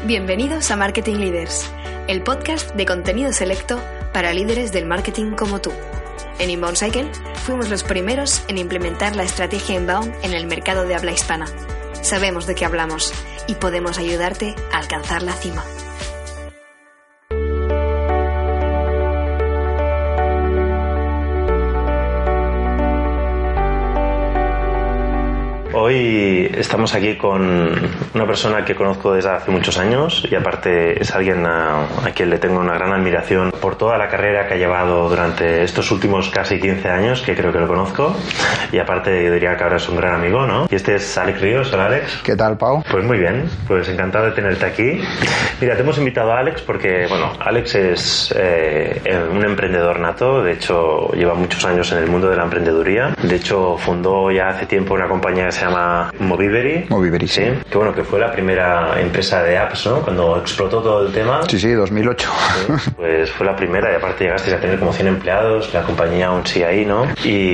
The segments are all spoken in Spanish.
Bienvenidos a Marketing Leaders, el podcast de contenido selecto para líderes del marketing como tú. En Inbound Cycle fuimos los primeros en implementar la estrategia Inbound en el mercado de habla hispana. Sabemos de qué hablamos y podemos ayudarte a alcanzar la cima. Hoy estamos aquí con una persona que conozco desde hace muchos años y aparte es alguien a quien le tengo una gran admiración por toda la carrera que ha llevado durante estos últimos casi 15 años, que creo que lo conozco, y aparte yo diría que ahora es un gran amigo, ¿no? Y este es Alex Ríos. Hola, Alex. ¿Qué tal, Pau? Pues muy bien, pues encantado de tenerte aquí. Mira, te hemos invitado a Alex porque, bueno, Alex es un emprendedor nato, de hecho lleva muchos años en el mundo de la emprendeduría, de hecho fundó ya hace tiempo una compañía que se llama Moviberry. Moviberry, sí. Que bueno, que fue la primera empresa de apps, ¿no? Cuando explotó todo el tema. Sí, 2008. Sí, pues fue la primera y aparte llegasteis a tener como 100 empleados, la compañía aún sigue ahí, ¿no?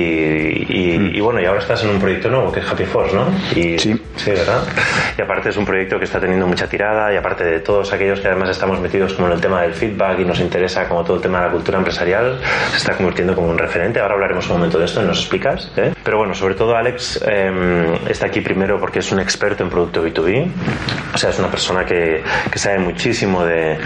Y bueno, y ahora estás en un proyecto nuevo que es Happy Force, ¿no? Sí, ¿verdad? Y aparte es un proyecto que está teniendo mucha tirada y aparte de todos aquellos que además estamos metidos como en el tema del feedback y nos interesa como todo el tema de la cultura empresarial, se está convirtiendo como un referente. Ahora hablaremos un momento de esto y nos explicas, ¿eh? Pero bueno, sobre todo Alex está aquí primero porque es un experto en producto B2B, o sea, es una persona que sabe muchísimo de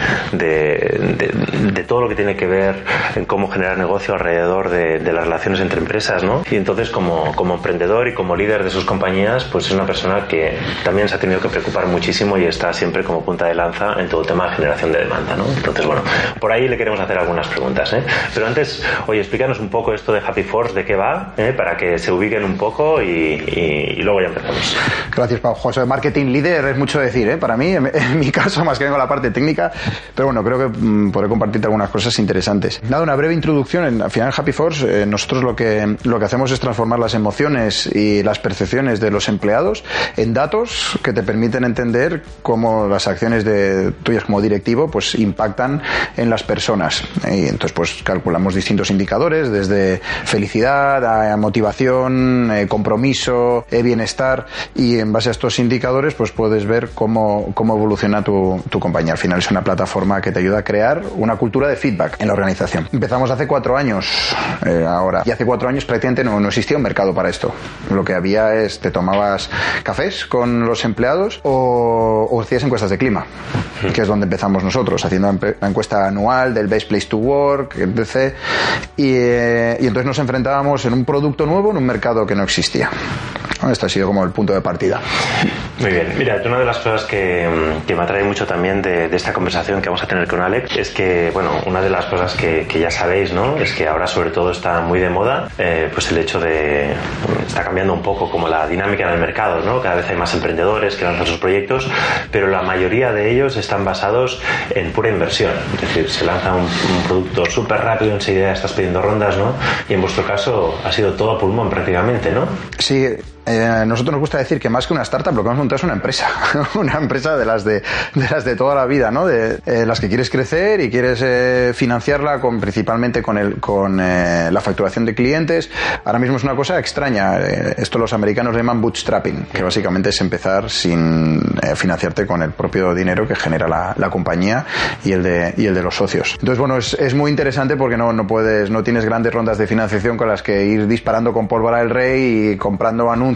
todo lo que tiene que ver en cómo generar negocio alrededor de las relaciones entre empresas, ¿no? Y entonces como emprendedor y como líder de sus compañías, pues es una persona que también se ha tenido que preocupar muchísimo y está siempre como punta de lanza en todo el tema de generación de demanda, ¿no? Entonces, bueno, por ahí le queremos hacer algunas preguntas, ¿eh? Pero antes, oye, explícanos un poco esto de Happy Force, de qué va, para que se ubiquen un poco y luego ya empezamos. Gracias, Pau. José, marketing líder es mucho decir, ¿eh? Para mí, en mi caso, más que vengo a la parte técnica, pero bueno, creo que podré compartirte algunas cosas interesantes. Nada, una breve introducción. Al final, en Happy Force, nosotros lo que hacemos es transformar las emociones y las percepciones de los empleados en datos que te permiten entender cómo las acciones tuyas como directivo pues impactan en las personas. Y entonces, pues calculamos distintos indicadores, desde felicidad a motivación, compromiso, bienestar, y en base a estos indicadores pues puedes ver cómo evoluciona tu compañía. Al final es una plataforma que te ayuda a crear una cultura de feedback en la organización. Empezamos hace 4 años ahora, y hace 4 años prácticamente no existía un mercado para esto. Lo que había es, te tomabas cafés con los empleados o hacías encuestas de clima, que es donde empezamos nosotros, haciendo la encuesta anual del Best Place to Work, etc. Y entonces nos enfrentábamos en un producto nuevo en un mercado que no existía. Esto ha sido como el punto de partida. Muy bien. Mira, una de las cosas que me atrae mucho también de esta conversación que vamos a tener con Alex es que, bueno, una de las cosas que ya sabéis, ¿no? Es que ahora sobre todo está muy de moda, pues el hecho de... está cambiando un poco como la dinámica del mercado, ¿no? Cada vez hay más emprendedores que lanzan sus proyectos, pero la mayoría de ellos están basados en pura inversión. Es decir, se lanza un producto súper rápido, enseguida estás pidiendo rondas, ¿no? Y en vuestro caso ha sido todo a pulmón prácticamente, ¿no? Sí. Nosotros nos gusta decir que más que una startup lo que hemos montado es una empresa una empresa de las de toda la vida, ¿no? De las que quieres crecer y quieres financiarla principalmente con la facturación de clientes. Ahora mismo es una cosa extraña, esto los americanos le llaman bootstrapping, que básicamente es empezar sin financiarte con el propio dinero que genera la compañía y el de los socios. Entonces, bueno, es muy interesante porque no tienes grandes rondas de financiación con las que ir disparando con pólvora del rey y comprando anuncios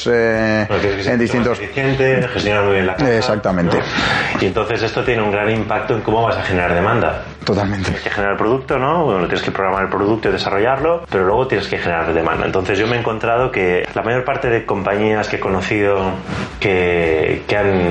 en distintos... eficiente, gestionar muy bien la caja. Exactamente. ¿No? Y entonces esto tiene un gran impacto en cómo vas a generar demanda. Totalmente. Tienes que generar el producto, ¿no? Bueno, tienes que programar el producto y desarrollarlo, pero luego tienes que generar demanda. Entonces yo me he encontrado que la mayor parte de compañías que he conocido que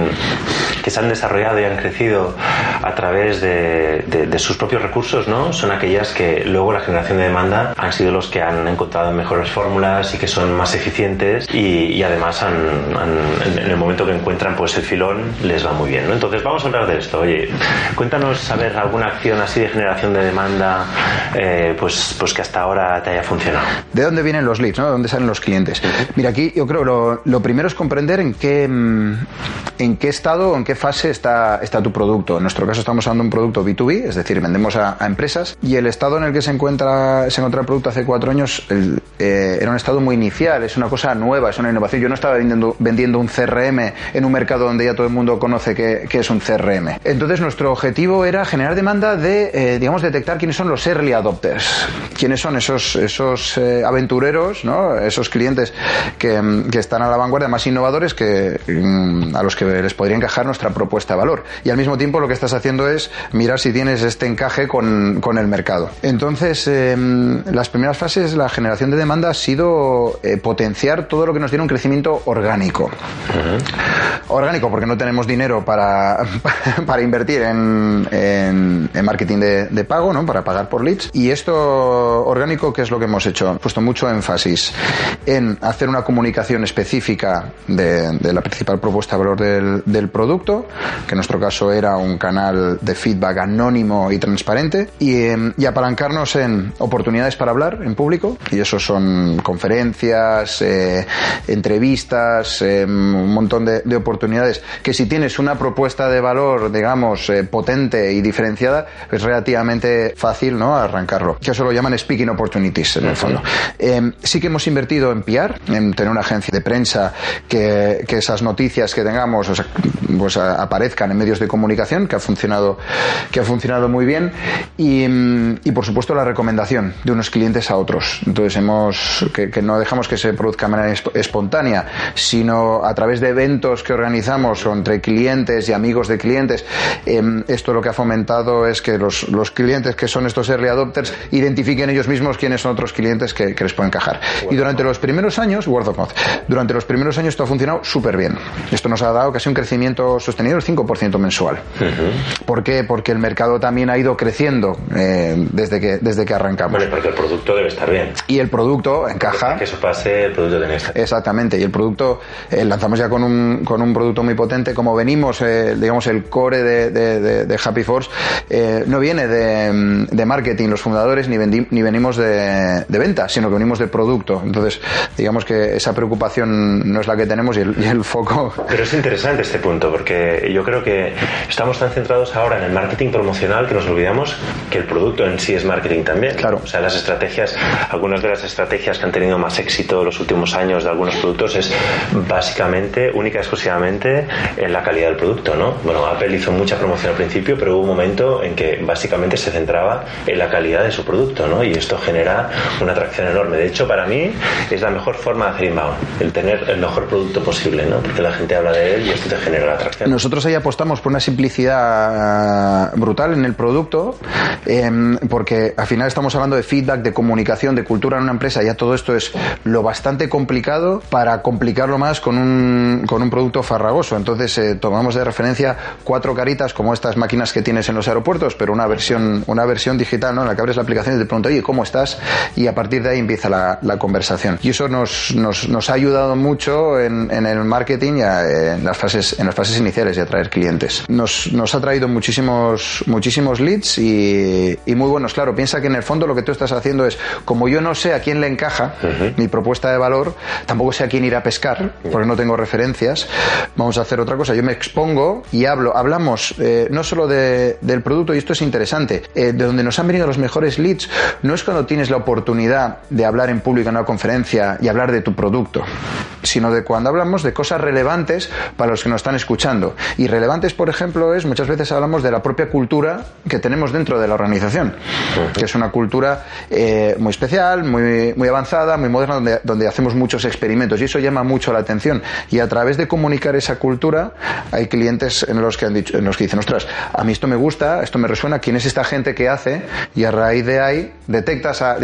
se han desarrollado y han crecido a través de sus propios recursos, ¿no? Son aquellas que luego la generación de demanda han sido los que han encontrado mejores fórmulas y que son más eficientes y además en el momento que encuentran pues el filón les va muy bien, ¿no? Entonces vamos a hablar de esto. Oye, cuéntanos, a ver, alguna acción así de generación de demanda pues que hasta ahora te haya funcionado. ¿De dónde vienen los leads, ¿no? ¿De dónde salen los clientes? Mira, aquí yo creo lo primero es comprender en en qué estado o en qué fase está tu producto. En nuestro caso estamos hablando de un producto B2B, es decir, vendemos a empresas, y el estado en el que se encuentra el producto hace 4 años era un estado muy inicial, es una cosa nueva, es una innovación. Yo no estaba vendiendo un CRM en un mercado donde ya todo el mundo conoce qué es un CRM. Entonces nuestro objetivo era generar demanda de, detectar quiénes son los early adopters, quiénes son esos aventureros, ¿no? Esos clientes que están a la vanguardia, más innovadores, a los que les podría encajar nuestra propuesta de valor. Y al mismo tiempo lo que estás haciendo es mirar si tienes este encaje con el mercado. Entonces, las primeras fases, la generación de demanda ha sido potenciar todo lo que nos diera un crecimiento orgánico. Uh-huh. Orgánico porque no tenemos dinero para invertir en marketing de pago, ¿no? Para pagar por leads. Y esto orgánico, ¿qué es lo que hemos hecho? Hemos puesto mucho énfasis en hacer una comunicación específica de la principal propuesta de valor del producto, que en nuestro caso era un canal de feedback anónimo y transparente, y apalancarnos en oportunidades para hablar en público, y eso son conferencias, entrevistas, un montón de oportunidades que, si tienes una propuesta de valor, digamos, potente y diferenciada, es relativamente fácil, ¿no?, arrancarlo. Que eso lo llaman speaking opportunities, en el fondo. Sí que hemos invertido en PR, en tener una agencia de prensa que esas noticias que tengamos, o sea, pues aparezcan en medios de comunicación, que ha funcionado muy bien, y por supuesto la recomendación de unos clientes a otros. Entonces que no dejamos que se produzca de manera espontánea, sino a través de eventos que organizamos entre clientes y amigos de clientes. Esto lo que ha fomentado es que los clientes que son estos early adopters identifiquen ellos mismos quiénes son otros clientes que les pueden encajar. Y durante los primeros años, word of mouth, durante los primeros años esto ha funcionado súper bien. Esto nos ha dado casi un crecimiento sostenido del 5% mensual. Uh-huh. ¿Por qué? Porque el mercado también ha ido creciendo desde que arrancamos. Vale, porque el producto debe estar bien. Y el producto encaja. Para que eso pase, el producto tiene que estar. Exactamente. Y el producto, lanzamos ya con un producto muy potente. Como venimos, digamos, el core de Happy Force no viene de marketing, los fundadores, ni venimos de venta, sino que venimos de producto. Entonces, digamos que esa preocupación no es la que tenemos, y el foco. Pero es interesante este punto, porque yo creo que estamos tan centrados ahora en el marketing promocional que nos olvidamos que el producto en sí es marketing también. Claro. O sea, algunas de las estrategias que han tenido más éxito en los últimos años de algunos productos es básicamente, única y exclusivamente, en la calidad del producto, ¿no? Bueno, Apple hizo mucha promoción al principio, pero hubo un momento en que básicamente se centraba en la calidad de su producto, ¿no? Y esto genera una atracción enorme. De hecho, para mí es la mejor forma de hacer inbound, el tener el mejor producto posible, ¿no? Porque la gente habla de él y esto te genera la atracción. Nosotros ahí apostamos por una simplicidad brutal en el producto, porque al final estamos hablando de feedback, de comunicación, de cultura en una empresa. Ya todo esto es lo bastante complicado para complicarlo más con un producto farragoso. Entonces tomamos de referencia 4 caritas como estas máquinas que tienes en los aeropuertos, pero una versión digital, ¿no?, en la que abres la aplicación y te pregunta, oye, ¿cómo estás? Y a partir de ahí empieza la conversación. Y eso nos ha ayudado mucho en el marketing y en las fases iniciales de atraer clientes. Nos ha traído muchísimos leads y muy buenos. Claro, piensa que en el fondo lo que tú estás haciendo es, como yo no sé a quién le encaja mi propuesta de valor, tampoco sé a quién ir a pescar, porque no tengo referencias, vamos a hacer otra cosa. Yo me expongo y hablamos no solo del producto, y esto es interesante, de donde nos han venido los mejores leads no es cuando tienes la oportunidad de hablar en público en una conferencia y hablar de tu producto, sino de cuando hablamos de cosas relevantes para los que nos están escuchando. Y relevantes, por ejemplo, muchas veces hablamos de la propia cultura que tenemos dentro de la organización, que es una cultura muy especial, muy avanzada, muy moderna, donde hacemos muchos experimentos, y eso llama mucho la atención. Y a través de comunicar esa cultura hay clientes en los que dicen, ostras, a mí esto me gusta, esto me resuena, ¿quién es esta gente que hace? Y a raíz de ahí detectas a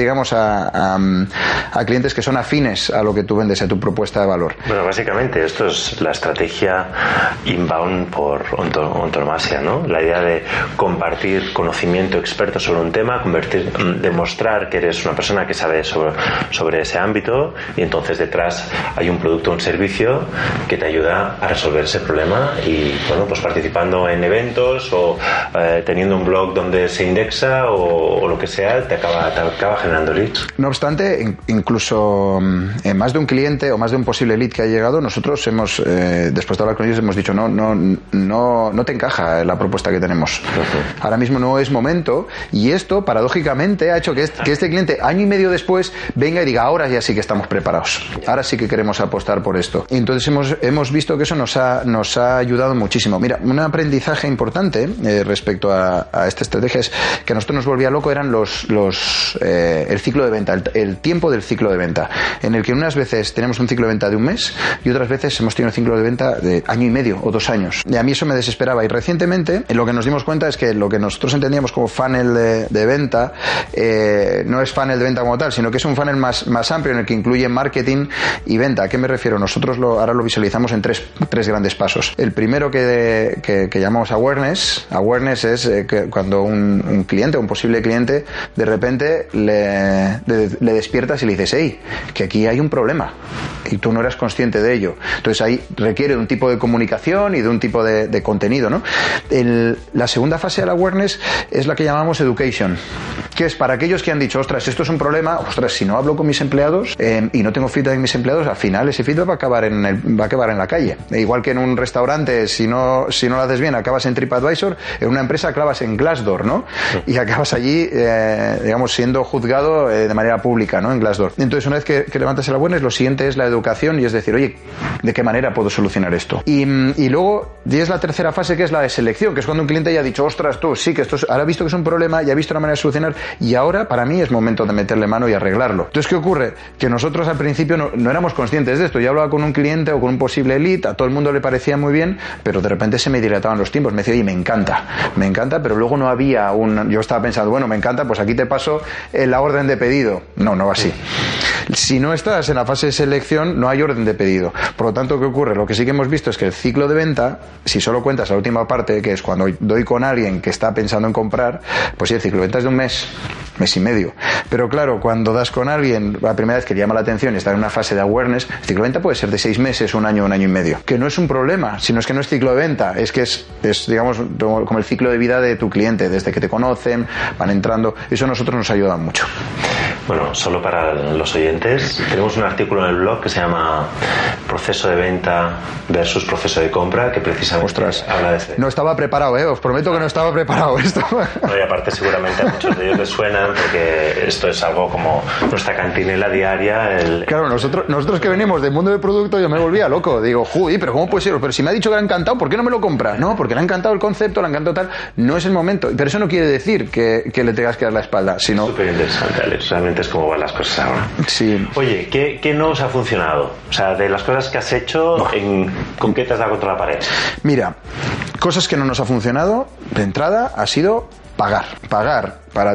clientes que son afines a lo que tú vendes, a tu propuesta de valor. Bueno, básicamente esto es la estrategia inbound por antonomasia, ¿no? La idea de compartir conocimiento experto sobre un tema, demostrar que eres una persona que sabe sobre ese ámbito, y entonces detrás hay un producto o un servicio que te ayuda a resolver ese problema, y bueno, pues participando en eventos o teniendo un blog donde se indexa o lo que sea, te acaba generando leads. No obstante, incluso más de un cliente o más de un posible lead que ha llegado, nosotros hemos, después de hablar con ellos hemos dicho, no te encaja la propuesta que tenemos. Ahora mismo no es momento, y esto paradójicamente ha hecho que este cliente año y medio después venga y diga, ahora ya sí que estamos preparados, ahora sí que queremos apostar por esto. Y entonces hemos visto que eso nos ha ayudado muchísimo. Mira, un aprendizaje importante respecto a esta estrategia es que a nosotros nos volvía loco eran el ciclo de venta, el tiempo del ciclo de venta, en el que unas veces tenemos un ciclo de venta de un mes y otras veces hemos tenido un ciclo de venta de año y medio o 2 años. Y a mí eso me desesperaba, y recientemente lo que nos dimos cuenta es que lo que nosotros entendíamos como funnel de venta no es funnel de venta como tal, sino que es un funnel más amplio en el que incluye marketing y venta. ¿A qué me refiero? Nosotros ahora lo visualizamos en tres grandes pasos. El primero que llamamos awareness. Awareness es que cuando un cliente, un posible cliente, de repente le despiertas y le dices, hey, que aquí hay un problema y tú no eras consciente de ello. Entonces ahí requiere un tipo de comunicación y de un tipo de contenido, ¿no? La segunda fase del awareness es la que llamamos education, que es para aquellos que han dicho, ostras, esto es un problema, ostras, si no hablo con mis empleados y no tengo feedback de mis empleados, al final ese feedback va a acabar en la calle. Igual que en un restaurante, si no lo haces bien, acabas en TripAdvisor, en una empresa acabas en Glassdoor, ¿no? Y acabas allí, digamos, siendo juzgado de manera pública, ¿no? En Glassdoor. Entonces, una vez que levantas el awareness, lo siguiente es la educación, y es decir, oye, ¿de qué manera puedo solucionar esto? Y luego, es la tercera fase, que es la de selección, que es cuando un cliente ya ha dicho, ostras, tú, sí, que ahora ha visto que es un problema, ya ha visto una manera de solucionar, y ahora, para mí, es momento de meterle mano y arreglarlo. Entonces, ¿qué ocurre? Que nosotros al principio no éramos conscientes de esto. Yo hablaba con un cliente o con un posible lead, a todo el mundo le parecía muy bien, pero de repente se me dilataban los tiempos. Me decía, oye, me encanta, pero luego no había yo estaba pensando, bueno, me encanta, pues aquí te paso la orden de pedido. No va así. Si no estás en la fase de selección, no hay orden de pedido. Por lo tanto, ¿qué ocurre? Lo que sí que hemos visto es que el ciclo de venta, si solo cuentas la última parte, que es cuando doy con alguien que está pensando en comprar, pues sí, el ciclo de venta es de un mes y medio. Pero claro, cuando das con alguien la primera vez que llama la atención y está en una fase de awareness, el ciclo de venta puede ser de 6 meses, un año y medio. Que no es un problema, sino es que no es ciclo de venta, es que es digamos, como el ciclo de vida de tu cliente, desde que te conocen, van entrando. Eso a nosotros nos ayuda mucho. Bueno, solo para los oyentes, tenemos un artículo en el blog que se llama Proceso de venta versus proceso de compra, que precisamente habla de No estaba preparado, os prometo que no estaba preparado esto. No, y aparte seguramente a muchos de ellos les suenan, porque esto es algo como nuestra cantinela diaria. Claro, nosotros que venimos del mundo del producto, yo me volvía loco. Digo, uy, pero ¿cómo puede ser? Pero si me ha dicho que le ha encantado, ¿por qué no me lo compra? No, porque le ha encantado el concepto, le ha encantado tal. No es el momento. Pero eso no quiere decir que le tengas que dar la espalda, sino... Súper interesante, Alex. Realmente es como van las cosas ahora. Sí. Oye, ¿qué no os ha funcionado? O sea, de las cosas que has hecho, ¿con qué te has dado contra la pared? Mira, cosas que no nos ha funcionado, de entrada, ha sido pagar para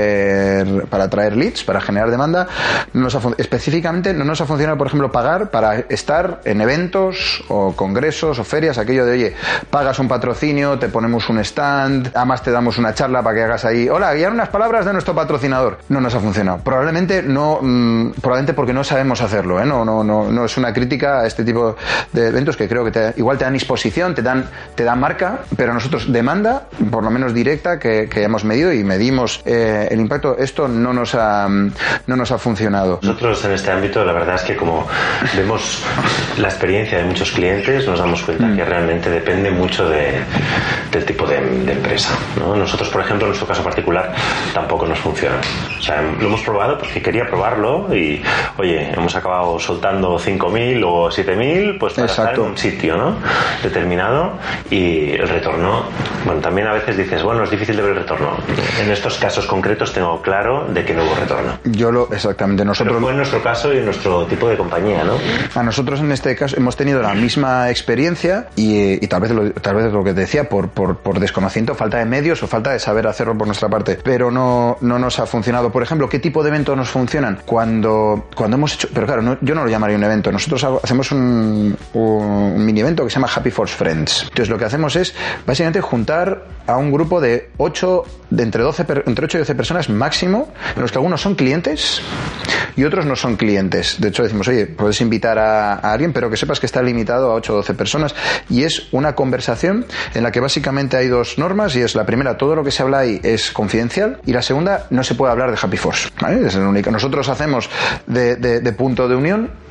atraer leads, para generar demanda. Específicamente no nos ha funcionado, por ejemplo, pagar para estar en eventos o congresos o ferias, aquello de, oye, pagas un patrocinio, te ponemos un stand, además te damos una charla para que hagas ahí, hola, guiar unas palabras de nuestro patrocinador. No nos ha funcionado. Probablemente porque no sabemos hacerlo, no es una crítica a este tipo de eventos, que creo que igual te dan exposición, te dan marca, pero nosotros demanda, por lo menos directa, que hemos medido y medimos el impacto, esto no nos ha funcionado. Nosotros en este ámbito, la verdad es que como vemos la experiencia de muchos clientes, nos damos cuenta que realmente depende mucho del tipo de empresa, ¿no? Nosotros, por ejemplo, en nuestro caso particular, tampoco nos funciona. O sea, lo hemos probado porque quería probarlo y, oye, hemos acabado soltando 5.000 o 7.000 pues para estar en un sitio, ¿no?, determinado, y el retorno, bueno, también a veces dices, bueno, es difícil de ver el retorno. En estos casos concretos tengo claro de que no hubo retorno. Exactamente. Pero fue en nuestro caso y en nuestro tipo de compañía, ¿no? A nosotros en este caso hemos tenido la misma experiencia y tal vez lo que te decía, por desconocimiento, falta de medios o falta de saber hacerlo por nuestra parte. Pero no nos ha funcionado. Por ejemplo, ¿qué tipo de eventos nos funcionan? Cuando hemos hecho... Pero claro, yo no lo llamaría un evento. Nosotros hacemos un mini evento que se llama Happy Force Friends. Entonces lo que hacemos es básicamente juntar a un grupo de entre 8 y 12 personas máximo, en los que algunos son clientes y otros no son clientes. De hecho decimos, oye, puedes invitar a alguien, pero que sepas que está limitado a 8 o 12 personas, y es una conversación en la que básicamente hay 2 normas, y es la primera, todo lo que se habla ahí es confidencial, y la segunda, no se puede hablar de Happy Force, ¿vale? Es la única. Nosotros hacemos de punto de unión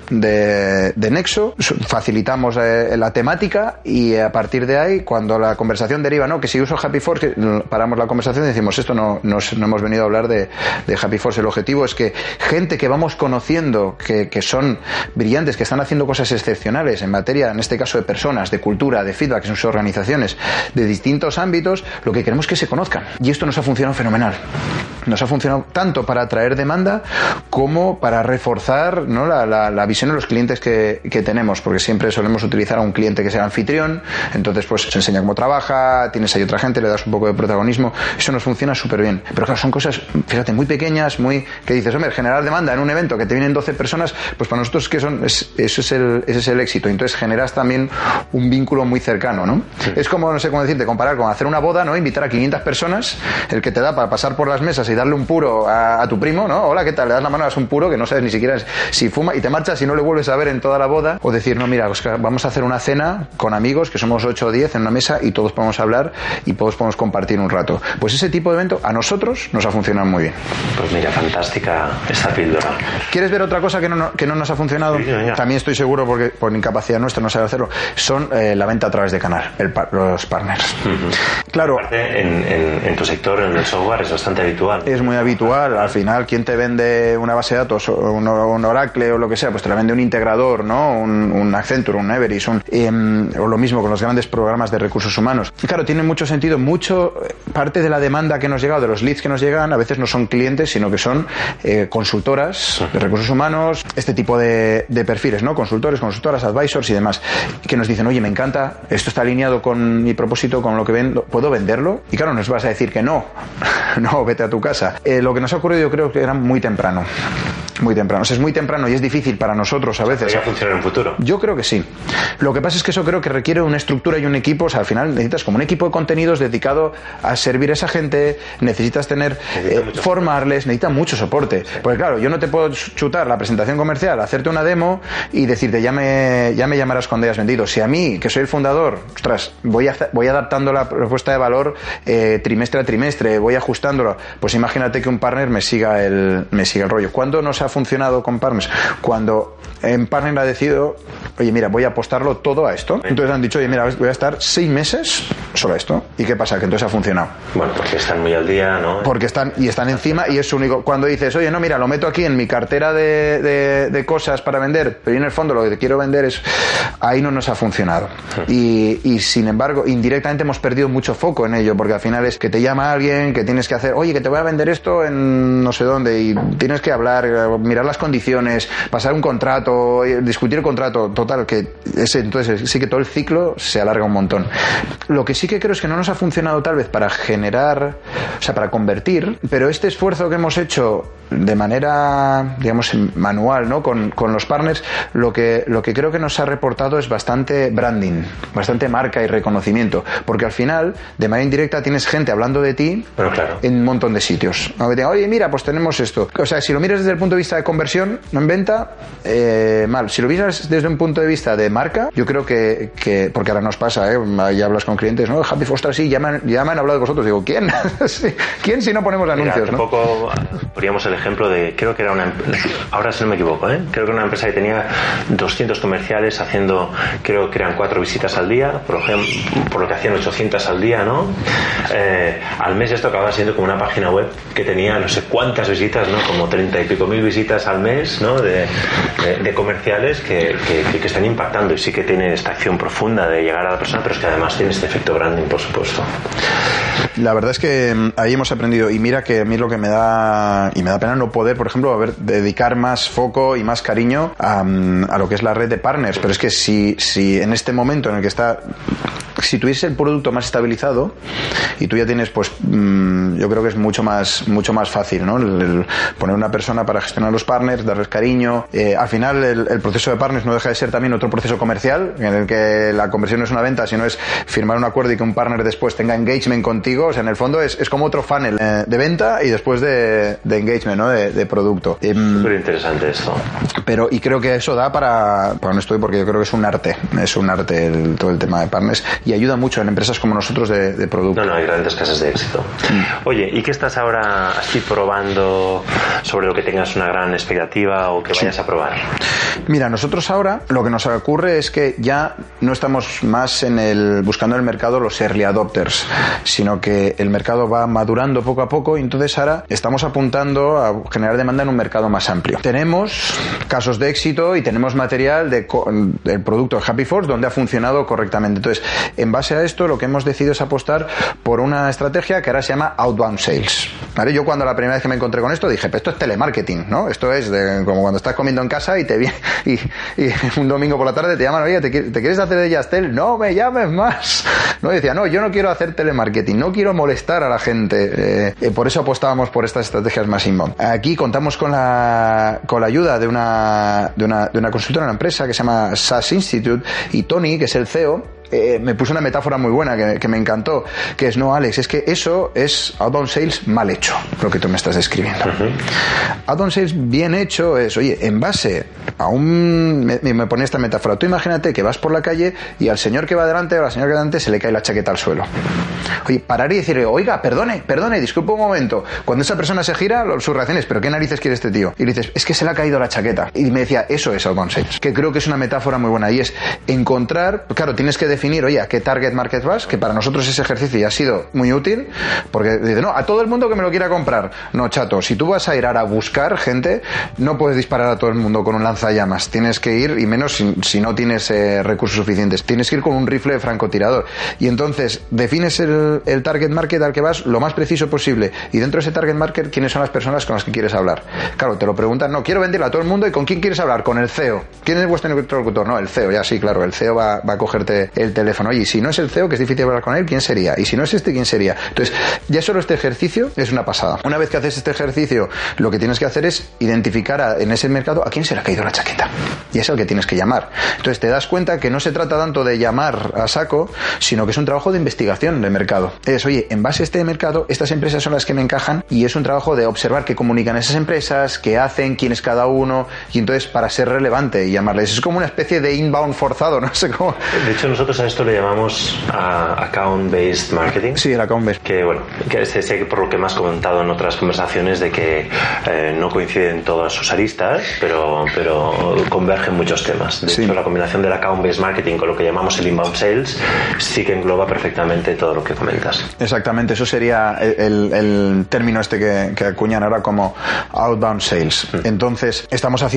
de Nexo, facilitamos la temática y a partir de ahí, cuando la conversación deriva, ¿no? Que si uso HappyForce, paramos la conversación y decimos, esto no hemos venido a hablar de HappyForce. El objetivo es que gente que vamos conociendo, que son brillantes, que están haciendo cosas excepcionales en materia, en este caso de personas, de cultura, de feedback en sus organizaciones, de distintos ámbitos, lo que queremos es que se conozcan. Y esto nos ha funcionado fenomenal. Nos ha funcionado tanto para atraer demanda como para reforzar, ¿no? la visión de los clientes que tenemos, porque siempre solemos utilizar a un cliente que sea anfitrión, entonces pues se enseña cómo trabaja, tienes ahí otra gente, le das un poco de protagonismo, eso nos funciona súper bien. Pero claro, son cosas, fíjate, muy pequeñas, que dices, hombre, generar demanda en un evento que te vienen 12 personas, pues para nosotros ese es el éxito. Entonces generas también un vínculo muy cercano, ¿no? Sí. Es como, no sé cómo decirte, comparar con hacer una boda, ¿no? Invitar a 500 personas, el que te da para pasar por las mesas y darle un puro a tu primo, ¿no? Hola, ¿qué tal? Le das la mano, das un puro que no sabes ni siquiera si fuma y te marchas y no le vuelves a ver en toda la boda. O decir, no, mira, Oscar, vamos a hacer una cena con amigos, que somos 8 o 10 en una mesa y todos podemos hablar y todos podemos compartir un rato. Pues ese tipo de evento a nosotros nos ha funcionado muy bien. Pues mira, fantástica esta píldora. ¿Quieres ver otra cosa que no nos ha funcionado? Sí, ya. También estoy seguro, porque por incapacidad nuestra no sabe hacerlo, son la venta a través de canal, los partners. Uh-huh. Claro. En tu sector, en el software, es bastante habitual. Es muy habitual. Al final, ¿quién te vende una base de datos, o un Oracle o lo que sea? Pues te la vende un integrador, ¿no? Un Accenture, un Everis, o lo mismo con los grandes programas de recursos humanos. Y claro, tiene mucho sentido. Parte de la demanda que nos llega, de los leads que nos llegan, a veces no son clientes, sino que son consultoras de recursos humanos, este tipo de perfiles, ¿no? Consultores, consultoras, advisors y demás, que nos dicen, oye, me encanta, esto está alineado con mi propósito, con lo que vendo, ¿puedo venderlo? Y claro, nos vas a decir que no, vete a tu casa. Lo que nos ha ocurrido, yo creo que era muy temprano. Muy temprano. O sea, es muy temprano y es difícil para nosotros a veces. ¿Podría funcionar en un futuro? Yo creo que sí. Lo que pasa es que eso creo que requiere una estructura y un equipo. O sea, al final necesitas como un equipo de contenidos dedicado a servir a esa gente. Necesitas tener, formarles, necesitas mucho soporte. Porque claro, yo no te puedo chutar la presentación comercial, hacerte una demo y decirte, ya me llamarás cuando hayas vendido. Si a mí, que soy el fundador, ostras, voy adaptando la propuesta de valor trimestre a trimestre, voy ajustándolo, pues imagínate que un partner me siga el rollo. ¿Cuándo nos ha funcionado con partners? Cuando en partner ha decidido, oye, mira, voy a apostarlo todo a esto. Entonces han dicho, oye, mira, voy a estar 6 meses solo a esto. ¿Y qué pasa? Que entonces ha funcionado. Bueno, porque están muy al día, ¿no? Porque están encima y es su único. Cuando dices, oye, no, mira, lo meto aquí en mi cartera de cosas para vender, pero en el fondo lo que te quiero vender es... Ahí no nos ha funcionado. Y sin embargo, indirectamente hemos perdido mucho foco en ello, porque al final es que te llama alguien, que tienes que hacer, oye, que te voy a vender esto en no sé dónde, y tienes que hablar, mirar las condiciones, pasar un contrato, discutir el contrato, total, que entonces sí que todo el ciclo se alarga un montón. Lo que sí que creo es que no nos ha funcionado tal vez para generar, o sea, para convertir, pero este esfuerzo que hemos hecho de manera, digamos, manual, ¿no? Con los partners, lo que creo que nos ha reportado es bastante branding, bastante marca y reconocimiento, porque al final, de manera indirecta, tienes gente hablando de ti, bueno, claro, en un montón de sitios. Oye, mira, pues tenemos esto. O sea, si lo miras desde el punto de vista de conversión, no en venta, mal. Si lo miras desde un punto de vista de marca, yo creo que porque ahora nos pasa, ahí hablas con clientes, ¿no? HappyForce, sí, ya me han hablado de vosotros. Digo, ¿quién? ¿Quién si no ponemos anuncios? Mira, ¿no? Poco poníamos el ejemplo de, creo que era ahora si no me equivoco, creo que era una empresa que tenía 200 comerciales haciendo, creo que eran 4 visitas al día, por lo que hacían 800 al día, ¿no? Al mes esto acababa siendo como una página web que tenía no sé cuántas visitas, ¿no? Como 30 y pico mil visitas al mes, ¿no? De comerciales que están impactando, y sí que tienen esta acción profunda de llegar a la persona, pero es que además tiene este efecto branding, por supuesto. La verdad es que ahí hemos aprendido, y mira que a mí lo que me da pena no poder, por ejemplo, dedicar más foco y más cariño a lo que es la red de partners, pero es que si en este momento en el que está, si tuviese el producto más estabilizado y tú ya tienes, pues yo creo que es mucho más fácil, ¿no? El poner una persona para gestionar los partners, darles cariño. Al final el proceso de partners no deja de ser también otro proceso comercial, en el que la conversión no es una venta, sino es firmar un acuerdo y que un partner después tenga engagement contigo. O sea, en el fondo es como otro funnel de venta y después de engagement, ¿no? De producto. Súper interesante esto. Y creo que eso da para no estoy, porque yo creo que es un arte todo el tema de partners, y ayuda mucho en empresas como nosotros de producto. No, hay grandes casos de éxito. Oye, ¿y qué estás ahora así probando sobre lo que tengas una gran expectativa o que vayas a probar? Mira, nosotros ahora lo que nos ocurre es que ya no estamos más buscando en el mercado los early adopters, sino que el mercado va madurando poco a poco y entonces ahora estamos apuntando a generar demanda en un mercado más amplio. Tenemos casos de éxito y tenemos material del producto de Happy Force donde ha funcionado correctamente. Entonces, en base a esto, lo que hemos decidido es apostar por una estrategia que ahora se llama outbound sales. ¿Vale? Yo cuando la primera vez que me encontré con esto dije, pero esto es telemarketing, ¿no? Esto es como cuando estás comiendo en casa y te viene y un domingo por la tarde te llaman, oye, ¿te quieres hacer de Yastel? No me llames más. No, decía, no, yo no quiero hacer telemarketing, no quiero molestar a la gente. Por eso apostábamos por estas estrategias más inbound. Aquí contamos con la ayuda de una consultora, una empresa que se llama SaaS Institute, y Tony, que es el CEO, me puso una metáfora muy buena que me encantó, que es, no, Alex, es que eso es outbound sales mal hecho, lo que tú me estás describiendo. Outbound sales bien hecho es, oye, en base a me pone esta metáfora, tú imagínate que vas por la calle y al señor que va delante o a la señora que va delante se le cae la chaqueta al suelo. Oye, parar y decirle, oiga, perdone, disculpe un momento. Cuando esa persona se gira, su reacción es, ¿pero qué narices quiere este tío? Y le dices, es que se le ha caído la chaqueta. Y me decía, eso es outbound sales, que creo que es una metáfora muy buena, y es encontrar, claro, tienes que definir, oye, a qué target market vas, que para nosotros ese ejercicio ya ha sido muy útil, porque dice, no, a todo el mundo que me lo quiera comprar. No, chato, si tú vas a ir ahora a buscar gente, no puedes disparar a todo el mundo con un lanzallamas, tienes que ir, y menos si no tienes recursos suficientes, tienes que ir con un rifle de francotirador, y entonces defines el target market al que vas lo más preciso posible, y dentro de ese target market, ¿quiénes son las personas con las que quieres hablar? Claro, te lo preguntan, no, quiero venderle a todo el mundo, ¿y con quién quieres hablar? Con el CEO. ¿Quién es vuestro interlocutor? No, el CEO, ya sí, claro, el CEO va a cogerte el teléfono. Oye, y si no es el CEO, que es difícil hablar con él, ¿quién sería? Y si no es este, ¿quién sería? Entonces, ya solo este ejercicio es una pasada. Una vez que haces este ejercicio, lo que tienes que hacer es identificar en ese mercado a quién se le ha caído la chaqueta. Y es el que tienes que llamar. Entonces, te das cuenta que no se trata tanto de llamar a saco, sino que es un trabajo de investigación de mercado. Es, oye, en base a este mercado, estas empresas son las que me encajan, y es un trabajo de observar qué comunican esas empresas, qué hacen, quién es cada uno, y entonces para ser relevante y llamarles. Es como una especie de inbound forzado, no sé cómo. De hecho, nosotros a esto le llamamos account-based marketing. Sí, el account-based. Que bueno, que sé por lo que me has comentado en otras conversaciones de que no coinciden todas sus aristas, pero convergen muchos temas. De hecho, la combinación del account-based marketing con lo que llamamos el inbound sales sí que engloba perfectamente todo lo que comentas. Exactamente, eso sería el término este que acuñan ahora como outbound sales. Entonces,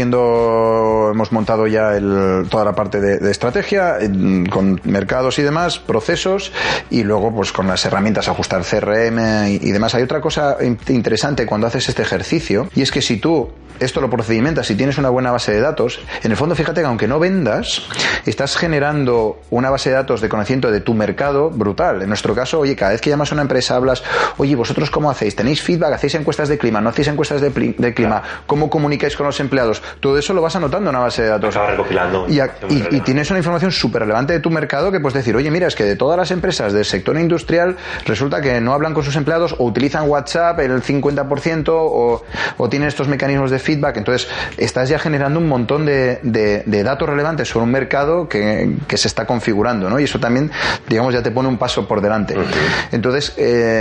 hemos montado ya toda la parte de estrategia con mercados y demás, procesos, y luego pues con las herramientas ajustar CRM y demás. Hay otra cosa interesante cuando haces este ejercicio, y es que si tú esto lo procedimentas, si tienes una buena base de datos, en el fondo fíjate que aunque no vendas, estás generando una base de datos de conocimiento de tu mercado brutal. En nuestro caso, oye, cada vez que llamas a una empresa hablas, oye, ¿vosotros cómo hacéis? ¿Tenéis feedback? ¿Hacéis encuestas de clima? ¿No hacéis encuestas de clima? ¿Cómo comunicáis con los empleados? Todo eso lo vas anotando en una base de datos. Acaba recopilando. Y tienes una información súper relevante de tu mercado que puedes decir, oye, mira, es que de todas las empresas del sector industrial resulta que no hablan con sus empleados, o utilizan WhatsApp el 50%, o tienen estos mecanismos de feedback. Entonces estás ya generando un montón de datos relevantes sobre un mercado que se está configurando, ¿no? Y eso también, digamos, ya te pone un paso por delante. Entonces,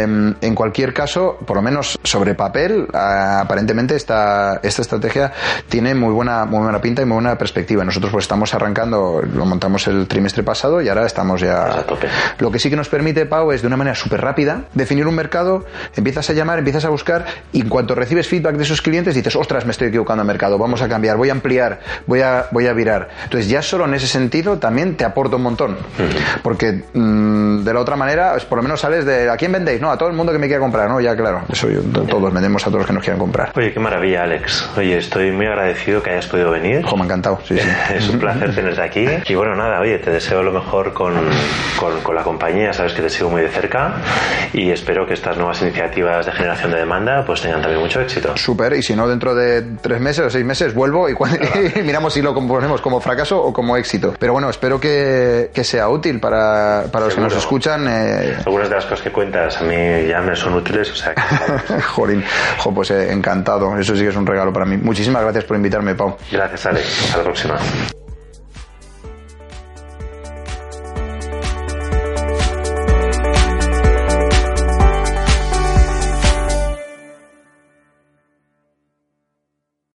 en cualquier caso, por lo menos sobre papel, aparentemente esta estrategia tiene muy buena pinta y muy buena perspectiva. Nosotros pues estamos arrancando, lo montamos el trimestre pasado y ahora estamos ya a tope. Lo que sí que nos permite, Pau, es de una manera súper rápida definir un mercado, empiezas a llamar, empiezas a buscar, y en cuanto recibes feedback de esos clientes dices, ostras, me estoy equivocando de mercado, vamos a cambiar, voy a ampliar, voy a virar. Entonces ya solo en ese sentido también te aporta un montón, porque de la otra manera, pues, por lo menos sales de ¿a quién vendéis? No, a todo el mundo que me quiera comprar, ¿no? Ya claro, eso todos vendemos a todos los que nos quieran comprar. Oye, qué maravilla, Alex. Oye, estoy muy agradecido que hayas podido venir. Me ha encantado, sí. Es un placer tenerte aquí. Y bueno, nada, oye, te deseo lo mejor con la compañía, sabes que te sigo muy de cerca, y espero que estas nuevas iniciativas de generación de demanda pues tengan también mucho éxito. Súper, y si no, dentro de 3 meses o 6 meses vuelvo y miramos si lo componemos como fracaso o como éxito. Pero bueno, espero que sea útil para los que nos escuchan. Algunas de las cosas que cuentas a mí ya me son útiles, o sea que... Jorín, pues encantado, eso sí que es un regalo para mí. Muchísimas gracias por invitarme, Pau. Gracias, Alex. Hasta la próxima.